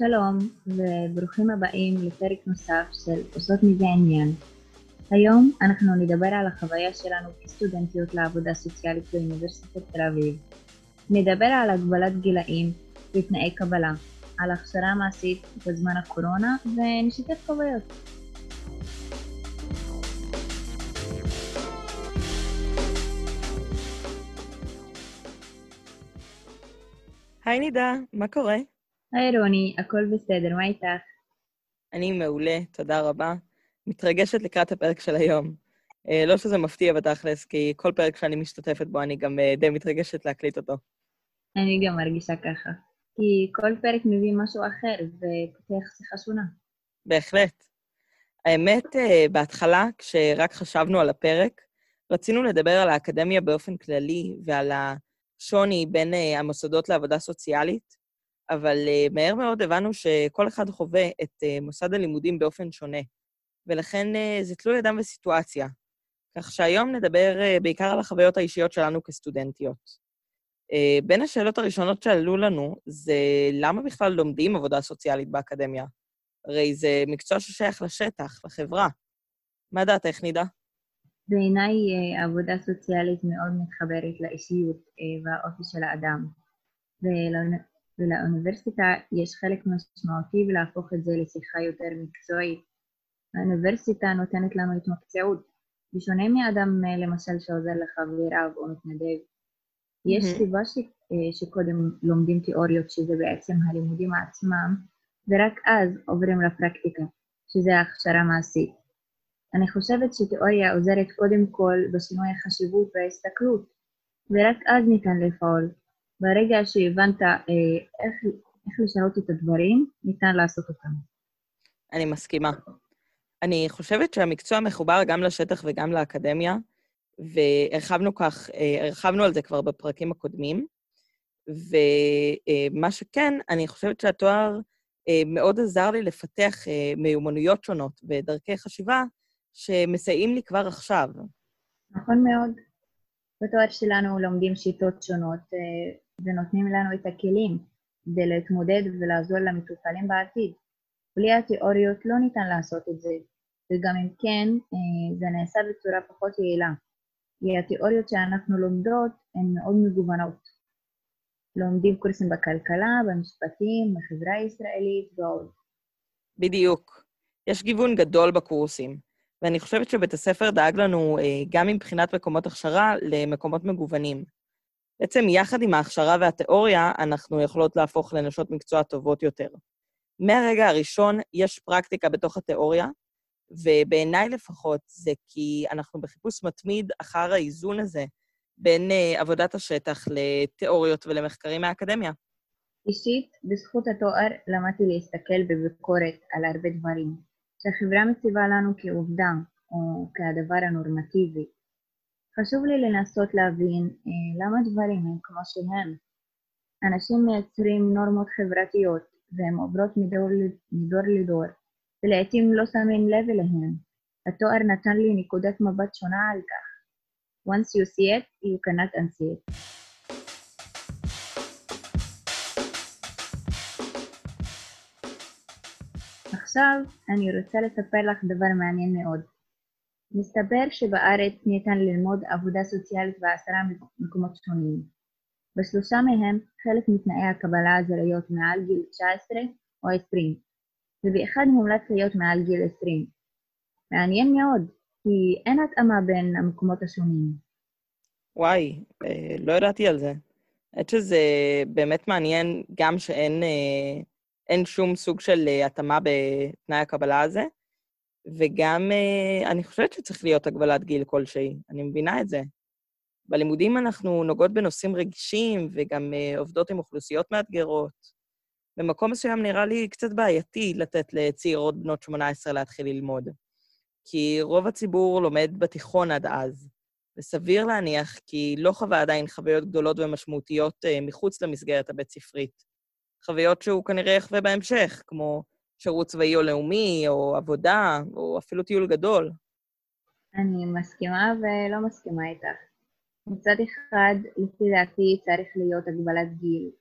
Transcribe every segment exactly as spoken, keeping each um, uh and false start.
שלום וברוכים הבאים לפרק נוסף של עושות מזה עניין. היום אנחנו נדבר על החוויה שלנו כסטודנטיות לעבודה סוציאלית באוניברסיטת תל אביב. נדבר על הגבלת גילאים ותנאי קבלה, על הכשרה מעשית בזמן הקורונה ונשתף חוויות. היי נידה, מה קורה? היי רוני, הכל בסדר, מה איתך? אני מעולה, תודה רבה. מתרגשת לקראת הפרק של היום. אה, לא שזה מפתיע בתכלס, כי כל פרק שאני משתתפת בו אני גם אה, די מתרגשת להקליט אותו. אני גם מרגישה ככה, כי כל פרק מביא משהו אחר ופותח שיחה שונה. בהחלט. האמת, אה, בהתחלה, כשרק חשבנו על הפרק, רצינו לדבר על האקדמיה באופן כללי ועל השוני בין אה, המוסדות לעבודה סוציאלית, אבל אה, מהר מאוד הבנו שכל אחד חווה את אה, מוסד הלימודים באופן שונה, ולכן אה, זה תלוי אדם וסיטואציה. כך שהיום נדבר אה, בעיקר על החוויות האישיות שלנו כסטודנטיות. אה, בין השאלות הראשונות שעלו לנו זה למה בכלל לומדים עבודה סוציאלית באקדמיה? הרי זה מקצוע ששייך לשטח, לחברה. מה דעתך, נידה? בעיניי אה, עבודה סוציאלית מאוד מתחברת לאישיות אה, והאופי של האדם. ולאוני- ולאוניברסיטה יש חלק משמעותי בלהפוך את זה לשיחה יותר מקצועית. האוניברסיטה נותנת לנו התמקצעות, בשונה מאדם אה, למשל שעוזר לחבריו או מתנדב. יש מהמם. סיבה ש, אה, שקודם לומדים תיאוריות שזה בעצם הלימודים עצמם, ורק אז עוברים לפרקטיקה, שזה ההכשרה מעשית. אני חושבת שתיאוריה עוזרת קודם כל בשינוי החשיבות וההסתכלות, ורק אז ניתן לפעול. ברגע שהבנת אה, איך, איך לשנות את הדברים, ניתן לעשות אותם. אני מסכימה. אני חושבת שהמקצוע מחובר גם לשטח וגם לאקדמיה, והרחבנו כך, אה, הרחבנו על זה כבר בפרקים הקודמים, ומה שכן, אני חושבת שהתואר אה, מאוד עזר לי לפתח אה, מיומנויות שונות ודרכי חשיבה שמסייעים לי כבר עכשיו. נכון מאוד. בתואר שלנו לומדים שיטות שונות אה, ונותנים לנו את הכלים כדי להתמודד ולעזור למטופלים בעתיד. בלי התיאוריות לא ניתן לעשות את זה, וגם אם כן, אה, זה נעשה בצורה פחות יעילה. כי התיאוריות שאנחנו לומדות הן מאוד מגוונות. לומדים קורסים בכלכלה, במשפטים, בחברה הישראלית ועוד. בדיוק. יש גיוון גדול בקורסים, ואני חושבת שבית הספר דאג לנו אה, גם מבחינת מקומות הכשרה למקומות מגוונים. בעצם יחד עם ההכשרה והתיאוריה, אנחנו יכולות להפוך לנשות מקצוע טובות יותר. מהרגע הראשון יש פרקטיקה בתוך התיאוריה, ובעיניי לפחות זה כי אנחנו בחיפוש מתמיד אחר האיזון הזה בין uh, עבודת השטח לתיאוריות ולמחקרים מהאקדמיה. אישית, בזכות התואר למדתי להסתכל בביקורת על הרבה דברים, שהחברה מציבה לנו כעובדה או כהדבר הנורמטיבי. חשוב לי לנסות להבין אה, למה דברים הם כמו שהם. אנשים מייצרים נורמות חברתיות והן עוברות מדור, מדור לדור, ולעיתים לא שמים לב אליהן. התואר נתן לי נקודת מבט שונה על כך. Once you see it, you cannot unsee it. עכשיו אני רוצה לספר לך דבר מעניין מאוד. מסתבר שבארץ ניתן ללמוד עבודה סוציאלית בעשרה מקומות שונים. בשלושה מהם חלק מתנאי הקבלה זה להיות מעל גיל תשע עשרה או עשרים, ובאחד מומלץ להיות מעל גיל עשרים. מעניין מאוד, כי אין התאמה בין המקומות השונים. וואי, אה, לא ידעתי על זה. האמת שזה באמת מעניין גם שאין אה, אין שום סוג של אה, התאמה בתנאי הקבלה הזה, וגם אה, אני חושבת שצריך להיות הגבלת גיל כלשהי, אני מבינה את זה. בלימודים אנחנו נוגעות בנושאים רגישים וגם uh, עובדות עם אוכלוסיות מאתגרות. במקום מסוים נראה לי קצת בעייתי לתת לצעירות בנות שמונה עשרה להתחיל ללמוד, כי רוב הציבור לומד בתיכון עד אז, וסביר להניח כי לא חווה עדיין חוויות גדולות ומשמעותיות uh, מחוץ למסגרת הבית ספרית. חוויות שהוא כנראה יחווה בהמשך, כמו שירות צבאי או לאומי, או עבודה, או אפילו טיול גדול. אני מסכימה ולא מסכימה איתך. מצד אחד, לפי דעתי צריך להיות הגבלת גיל,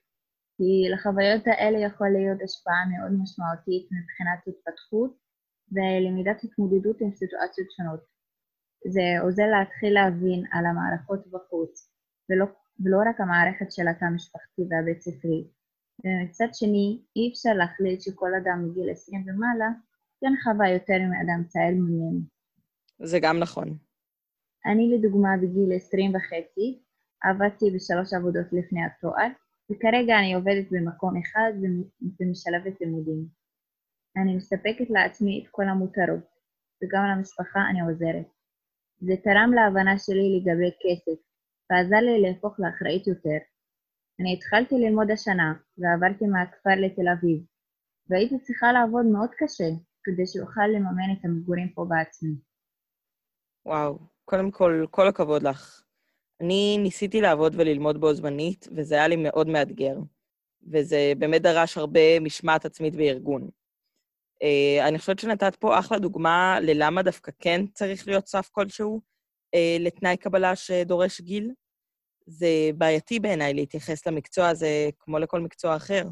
כי לחוויות האלה יכול להיות השפעה מאוד משמעותית מבחינת התפתחות ולמידת התמודדות עם סיטואציות שונות. זה עוזר להתחיל להבין על המערכות בחוץ, ולא, ולא רק המערכת של התא המשפחתי והבית ספרי. ומצד שני, אי אפשר להחליט שכל אדם מגיל עשרים ומעלה כן חווה יותר מאדם צעיר ממנו. זה גם נכון. אני לדוגמה בגיל עשרים וחצי, עבדתי בשלוש עבודות לפני התואר, וכרגע אני עובדת במקום אחד ומשלבת לימודים. אני מספקת לעצמי את כל המותרות, וגם למשפחה אני עוזרת. זה תרם להבנה שלי לגבי כסף, ועזר לי להפוך לאחראית יותר. אני התחלתי ללמוד השנה, ועברתי מהכפר לתל אביב, והייתי צריכה לעבוד מאוד קשה, כדי שאוכל לממן את המגורים פה בעצמי. וואו, קודם כל, כל הכבוד לך. אני ניסיתי לעבוד וללמוד בו זמנית, וזה היה לי מאוד מאתגר, וזה באמת דרש הרבה משמעת עצמית וארגון. Uh, אני חושבת שנתת פה אחלה דוגמה ללמה דווקא כן צריך להיות סף כלשהו uh, לתנאי קבלה שדורש גיל. זה בעייתי בעיניי להתייחס למקצוע הזה כמו לכל מקצוע אחר.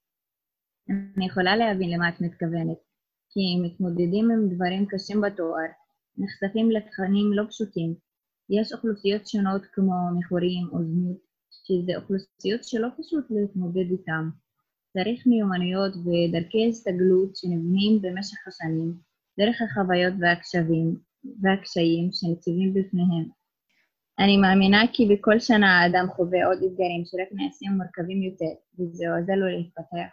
אני יכולה להבין למה את מתכוונת, כי מתמודדים עם דברים קשים בתואר, נחשפים לתכנים לא פשוטים. יש אוכלוסיות שונות כמו מכורים או זנות, שזה אוכלוסיות שלא פשוט להתמודד איתם. צריך מיומנויות ודרכי הסתגלות שנבנים במשך השנים, דרך החוויות והקשבים והקשיים שנציבים בפניהם. אני מאמינה כי בכל שנה האדם חווה עוד אתגרים שרק נעשים מורכבים יותר, וזה עוזר לו להתפתח.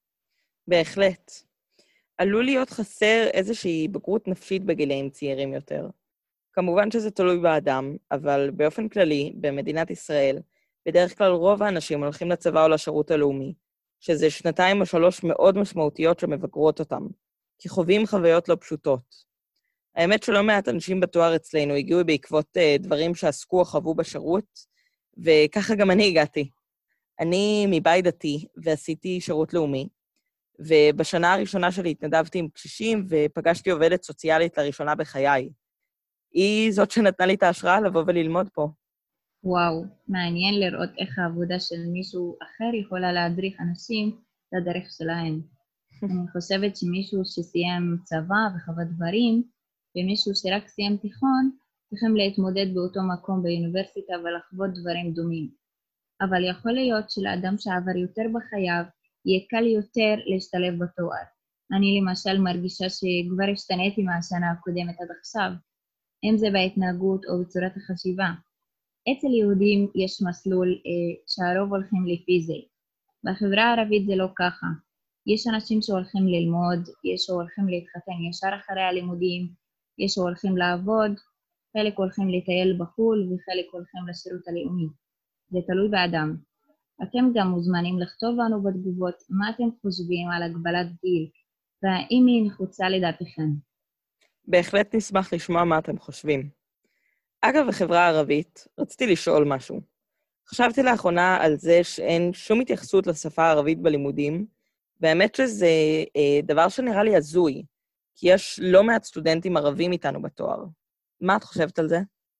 בהחלט. עלול להיות חסר איזושהי בגרות נפשית בגילאים צעירים יותר. כמובן שזה תלוי באדם, אבל באופן כללי, במדינת ישראל, בדרך כלל רוב האנשים הולכים לצבא או לשירות הלאומי, שזה שנתיים או שלוש מאוד משמעותיות שמבקרות אותם, כי חווים חוויות לא פשוטות. האמת שלא מעט אנשים בתואר אצלנו הגיעו בעקבות uh, דברים שעסקו או חוו בשירות, וככה גם אני הגעתי. אני מבית דתי ועשיתי שירות לאומי, ובשנה הראשונה שלי התנדבתי עם קשישים ופגשתי עובדת סוציאלית לראשונה בחיי. היא זאת שנתנה לי את ההשראה לבוא וללמוד פה. וואו, מעניין לראות איך העבודה של מישהו אחר יכולה להדריך אנשים לדרך שלהם. אני חושבת שמישהו שסיים צבא וחווה דברים, ומישהו שרק סיים תיכון, צריכים להתמודד באותו מקום באוניברסיטה ולחוות דברים דומים. אבל יכול להיות שלאדם שעבר יותר בחייו, יהיה קל יותר להשתלב בתואר. אני למשל מרגישה שכבר השתניתי מהשנה הקודמת עד עכשיו, אם זה בהתנהגות או בצורת החשיבה. אצל יהודים יש מסלול אה, שהרוב הולכים לפי זה. בחברה הערבית זה לא ככה. יש אנשים שהולכים ללמוד, יש שהולכים להתחתן ישר אחרי הלימודים, יש שהולכים לעבוד, חלק הולכים לטייל בחול וחלק הולכים לשירות הלאומי. זה תלוי באדם. אתם גם מוזמנים לכתוב לנו בתגובות מה אתם חושבים על הגבלת גיל, והאם היא נחוצה לדעתכם. בהחלט נשמח לשמוע מה אתם חושבים. אגב, בחברה הערבית, רציתי לשאול משהו. חשבתי לאחרונה על זה שאין שום התייחסות לשפה הערבית בלימודים, והאמת שזה אה, דבר שנראה לי הזוי, כי יש לא מעט סטודנטים ערבים איתנו בתואר. מה את חושבת על זה?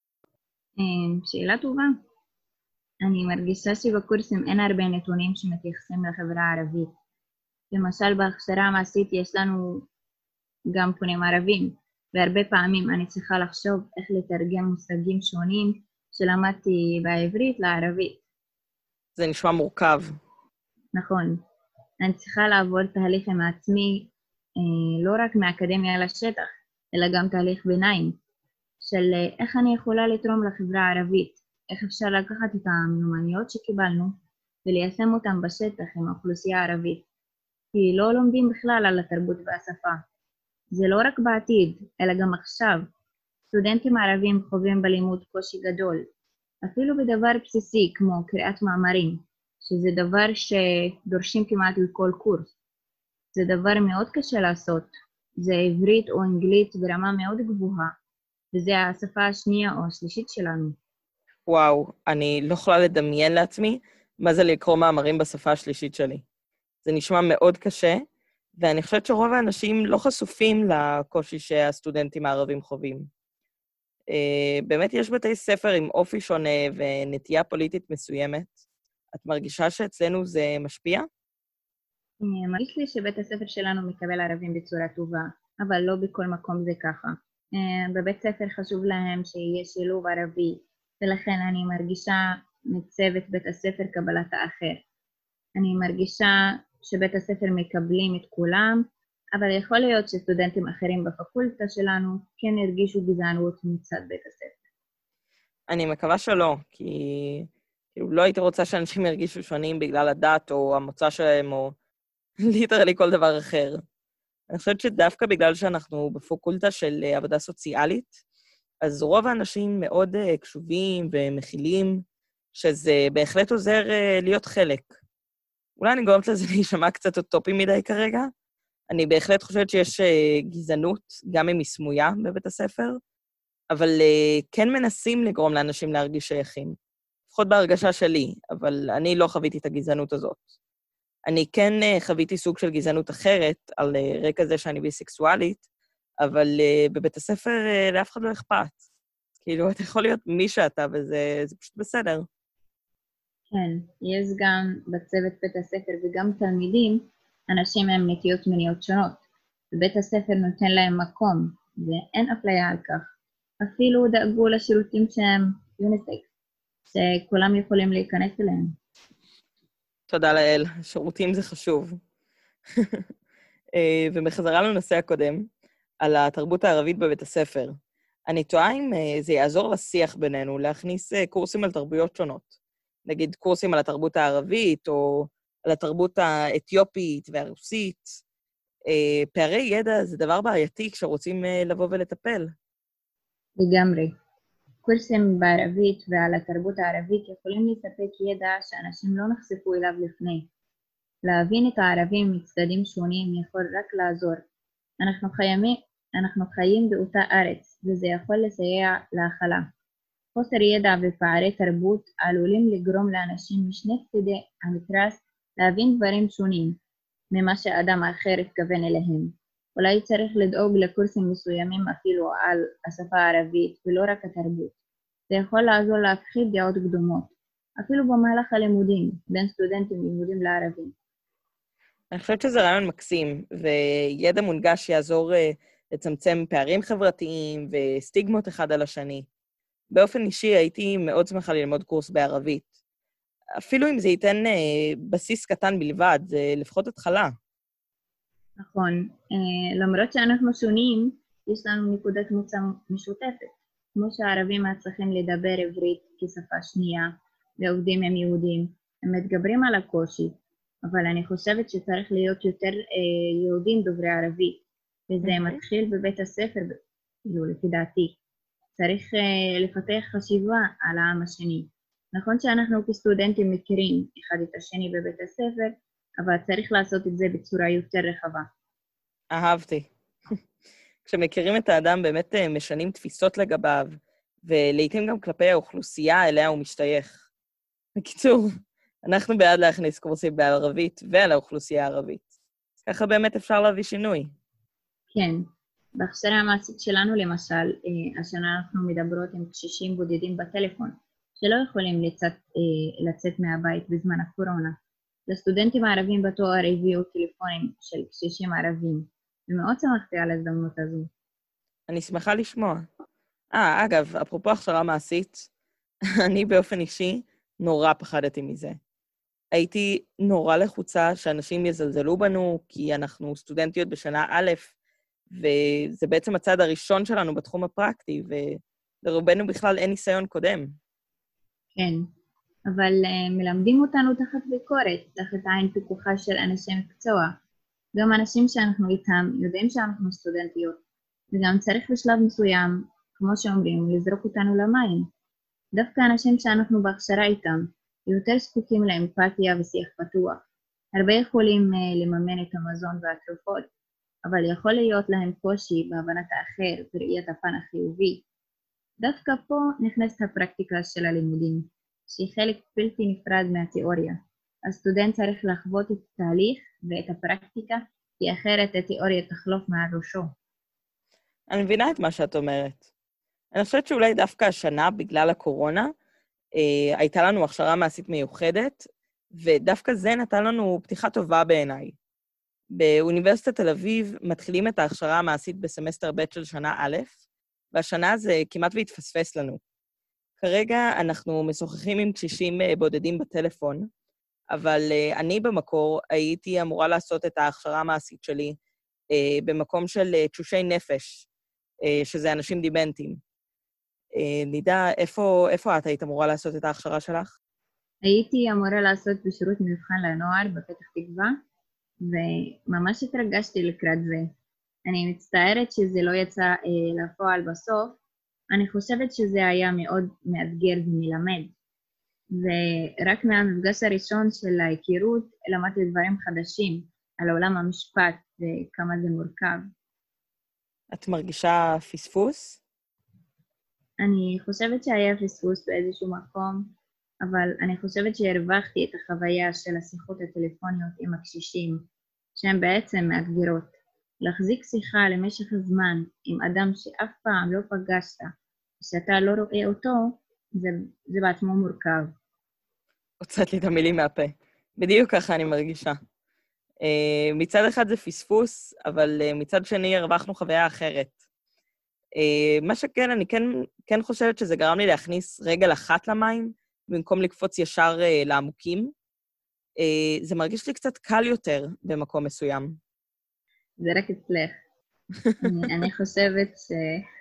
שאלה טובה. אני מרגישה שבקורסים אין הרבה נתונים שמתייחסים לחברה הערבית. למשל, בהכשרה המעשית יש לנו גם פונים ערבים, והרבה פעמים אני צריכה לחשוב איך לתרגם מושגים שונים שלמדתי בעברית לערבית. זה נשמע מורכב. נכון. אני צריכה לעבור תהליך עם עצמי, לא רק מאקדמיה לשטח, אלא גם תהליך ביניים, של איך אני יכולה לתרום לחברה הערבית, איך אפשר לקחת את המיומנויות שקיבלנו וליישם אותם בשטח עם האוכלוסייה הערבית, כי לא לומדים בכלל על התרבות והשפה. זה לא רק בעתיד, אלא גם עכשיו. סטודנטים ערבים חווים בלימוד קושי גדול, אפילו בדבר בסיסי כמו קריאת מאמרים, שזה דבר שדורשים כמעט לכל קורס. זה דבר מאוד קשה לעשות. זה עברית או אנגלית ברמה מאוד גבוהה, וזה השפה השנייה או השלישית שלנו. וואו, אני לא יכולה לדמיין לעצמי מה זה לקרוא מאמרים בשפה השלישית שלי. זה נשמע מאוד קשה, ואני חושבת שרוב האנשים לא חשופים לקושי שהסטודנטים הערבים חווים. באמת יש בתי ספר עם אופי שונה ונטייה פוליטית מסוימת, את מרגישה שאצלנו זה משפיע? מרגיש לי שבית הספר שלנו מקבל ערבים בצורה טובה, אבל לא בכל מקום זה ככה. בבית ספר חשוב להם שיהיה שילוב ערבי, ולכן אני מרגישה מצוות בית הספר קבלת האחר. אני מרגישה שבית הספר מקבלים את כולם, אבל יכול להיות שסטודנטים אחרים בפקולטה שלנו כן הרגישו גזענות מצד בית הספר. אני מקווה שלא, כי כאילו, לא הייתי רוצה שאנשים ירגישו שונים בגלל הדת או המוצא שלהם, או ליטרלי כל דבר אחר. אני חושבת שדווקא בגלל שאנחנו בפקולטה של עבודה סוציאלית, אז רוב האנשים מאוד קשובים ומכילים, שזה בהחלט עוזר להיות חלק. אולי אני גורמת לזה להישמע קצת אוטופי מדי כרגע. אני בהחלט חושבת שיש גזענות, גם אם היא סמויה בבית הספר, אבל כן מנסים לגרום לאנשים להרגיש שייכים. לפחות בהרגשה שלי, אבל אני לא חוויתי את הגזענות הזאת. אני כן חוויתי סוג של גזענות אחרת, על רקע זה שאני ביסקסואלית, אבל בבית הספר לאף אחד לא אכפת. כאילו, אתה יכול להיות מי שאתה, וזה פשוט בסדר. כן, יש גם בצוות בית הספר וגם תלמידים, אנשים עם נטיות מיניות שונות. ובית הספר נותן להם מקום, ואין אפליה על כך. אפילו דאגו לשירותים שהם יוניסקס, שכולם יכולים להיכנס אליהם. תודה לאל, שירותים זה חשוב. ומחזרה לנושא הקודם, על התרבות הערבית בבית הספר. אני טועה אם זה יעזור לשיח בינינו, להכניס קורסים על תרבויות שונות. נגיד קורסים על התרבות הערבית, או על התרבות האתיופית והרוסית. פערי ידע זה דבר בעייתי כשרוצים לבוא ולטפל. לגמרי. קורסים בערבית ועל התרבות הערבית יכולים לספק ידע שאנשים לא נחשפו אליו לפני. להבין את הערבים מצדדים שונים יכול רק לעזור. אנחנו חיים, אנחנו חיים באותה ארץ, וזה יכול לסייע להכלה. חוסר ידע ופערי תרבות עלולים לגרום לאנשים משני צדי המתרס להבין דברים שונים ממה שאדם אחר התכוון אליהם. אולי צריך לדאוג לקורסים מסוימים אפילו על השפה הערבית ולא רק התרבות. זה יכול לעזור להפחיד דעות קדומות, אפילו במהלך הלימודים, בין סטודנטים יהודים לערבים. אני חושבת שזה רעיון מקסים, וידע מונגש יעזור לצמצם פערים חברתיים וסטיגמות אחד על השני. באופן אישי הייתי מאוד שמחה ללמוד קורס בערבית. אפילו אם זה ייתן בסיס קטן בלבד, זה לפחות התחלה. נכון, למרות שאנחנו שונים, יש לנו נקודת מוצא משותפת. כמו שהערבים מצליחים לדבר עברית כשפה שנייה, ועובדים עם יהודים, הם מתגברים על הקושי, אבל אני חושבת שצריך להיות יותר אה, יהודים דוברי ערבית, וזה mm-hmm. מתחיל בבית הספר, כאילו, לפי דעתי. צריך אה, לפתח חשיבה על העם השני. נכון שאנחנו כסטודנטים מכירים אחד את השני בבית הספר, אבל צריך לעשות את זה בצורה יותר רחבה. אהבתי. כשמכירים את האדם באמת משנים תפיסות לגביו, ולעיתים גם כלפי האוכלוסייה אליה הוא משתייך. בקיצור, אנחנו בעד להכניס קורסים בערבית ועל האוכלוסייה הערבית. ככה באמת אפשר להביא שינוי. כן. בהכשרה המעשית שלנו למשל, השנה אנחנו מדברות עם קשישים בודדים בטלפון, שלא יכולים לצאת, לצאת מהבית בזמן הקורונה. לסטודנטים הערבים בתואר הביאו טלפונים של קשישים ערבים, ומאוד שמחתי על ההזדמנות הזו. אני שמחה לשמוע. אה, אגב, אפרופו הכשרה מעשית, אני באופן אישי נורא פחדתי מזה. הייתי נורא לחוצה שאנשים יזלזלו בנו, כי אנחנו סטודנטיות בשנה א', וזה בעצם הצעד הראשון שלנו בתחום הפרקטי, ולרובנו בכלל אין ניסיון קודם. כן, אבל uh, מלמדים אותנו תחת ביקורת, תחת עין פיקוחה של אנשי מקצוע. גם אנשים שאנחנו איתם יודעים שאנחנו סטודנטיות, וגם צריך בשלב מסוים, כמו שאומרים, לזרוק אותנו למים. דווקא אנשים שאנחנו בהכשרה איתם, יותר זקוקים לאמפתיה ושיח פתוח. הרבה יכולים uh, לממן את המזון והתרופות, אבל יכול להיות להם קושי בהבנת האחר וראיית הפן החיובי. דווקא פה נכנסת הפרקטיקה של הלימודים, שהיא חלק בלתי נפרד מהתיאוריה. הסטודנט צריך לחוות את התהליך ואת הפרקטיקה, כי אחרת התיאוריה תחלוף מעל ראשו. אני מבינה את מה שאת אומרת. אני חושבת שאולי דווקא השנה, בגלל הקורונה, אה, הייתה לנו הכשרה מעשית מיוחדת, ודווקא זה נתן לנו פתיחה טובה בעיניי. באוניברסיטת תל אביב מתחילים את ההכשרה המעשית בסמסטר ב' של שנה א', והשנה זה כמעט והתפספס לנו. כרגע אנחנו משוחחים עם קשישים בודדים בטלפון, אבל אני במקור הייתי אמורה לעשות את ההכשרה המעשית שלי במקום של תשושי נפש, שזה אנשים דימנטים. נידה, איפה, איפה את היית אמורה לעשות את ההכשרה שלך? הייתי אמורה לעשות בשירות מבחן לנוער בפתח תקווה, וממש התרגשתי לקראת זה. אני מצטערת שזה לא יצא אה, לפועל בסוף. אני חושבת שזה היה מאוד מאתגר ומלמד. ורק מהמפגש הראשון של ההיכרות למדתי דברים חדשים על עולם המשפט וכמה זה מורכב. את מרגישה פספוס? אני חושבת שהיה פספוס באיזשהו מקום, אבל אני חושבת שהרווחתי את החוויה של השיחות הטלפוניות עם הקשישים, שהן בעצם מאתגרות. להחזיק שיחה למשך הזמן עם אדם שאף פעם לא פגשת, ושאתה לא רואה אותו, זה, זה בעצמו מורכב. הוצאת לי את המילים מהפה. בדיוק ככה אני מרגישה. Uh, מצד אחד זה פספוס, אבל uh, מצד שני הרווחנו חוויה אחרת. Uh, מה שכן, אני כן, כן חושבת שזה גרם לי להכניס רגל אחת למים, במקום לקפוץ ישר uh, לעמוקים. Uh, זה מרגיש לי קצת קל יותר במקום מסוים. זה רק אצלך. אני, אני חושבת ש...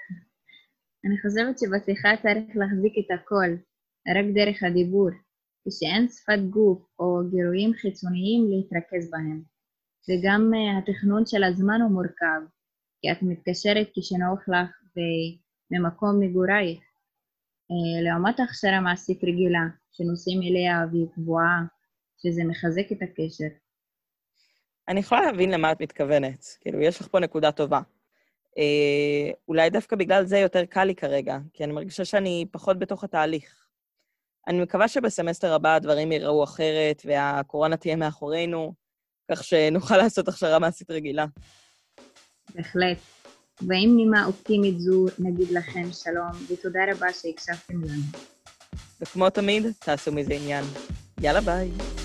אני חושבת שבשיחה צריך להחזיק את הכל, רק דרך הדיבור, כשאין שפת גוף או גירויים חיצוניים להתרכז בהם. וגם התכנון של הזמן הוא מורכב, כי את מתקשרת כשנוח לך וממקום מגורייך. לעומת הכשרה מעשית רגילה, שנוסעים אליה והיא קבועה, שזה מחזק את הקשר. אני יכולה להבין למה את מתכוונת. כאילו, יש לך פה נקודה טובה. אה, אולי דווקא בגלל זה יותר קל לי כרגע, כי אני מרגישה שאני פחות בתוך התהליך. אני מקווה שבסמסטר הבא הדברים ייראו אחרת, והקורונה תהיה מאחורינו, כך שנוכל לעשות הכשרה מעשית רגילה. בהחלט. ועם נימה אופטימית זו, נגיד לכם שלום, ותודה רבה שהקשבתם לנו. וכמו תמיד, תעשו מזה עניין. יאללה ביי.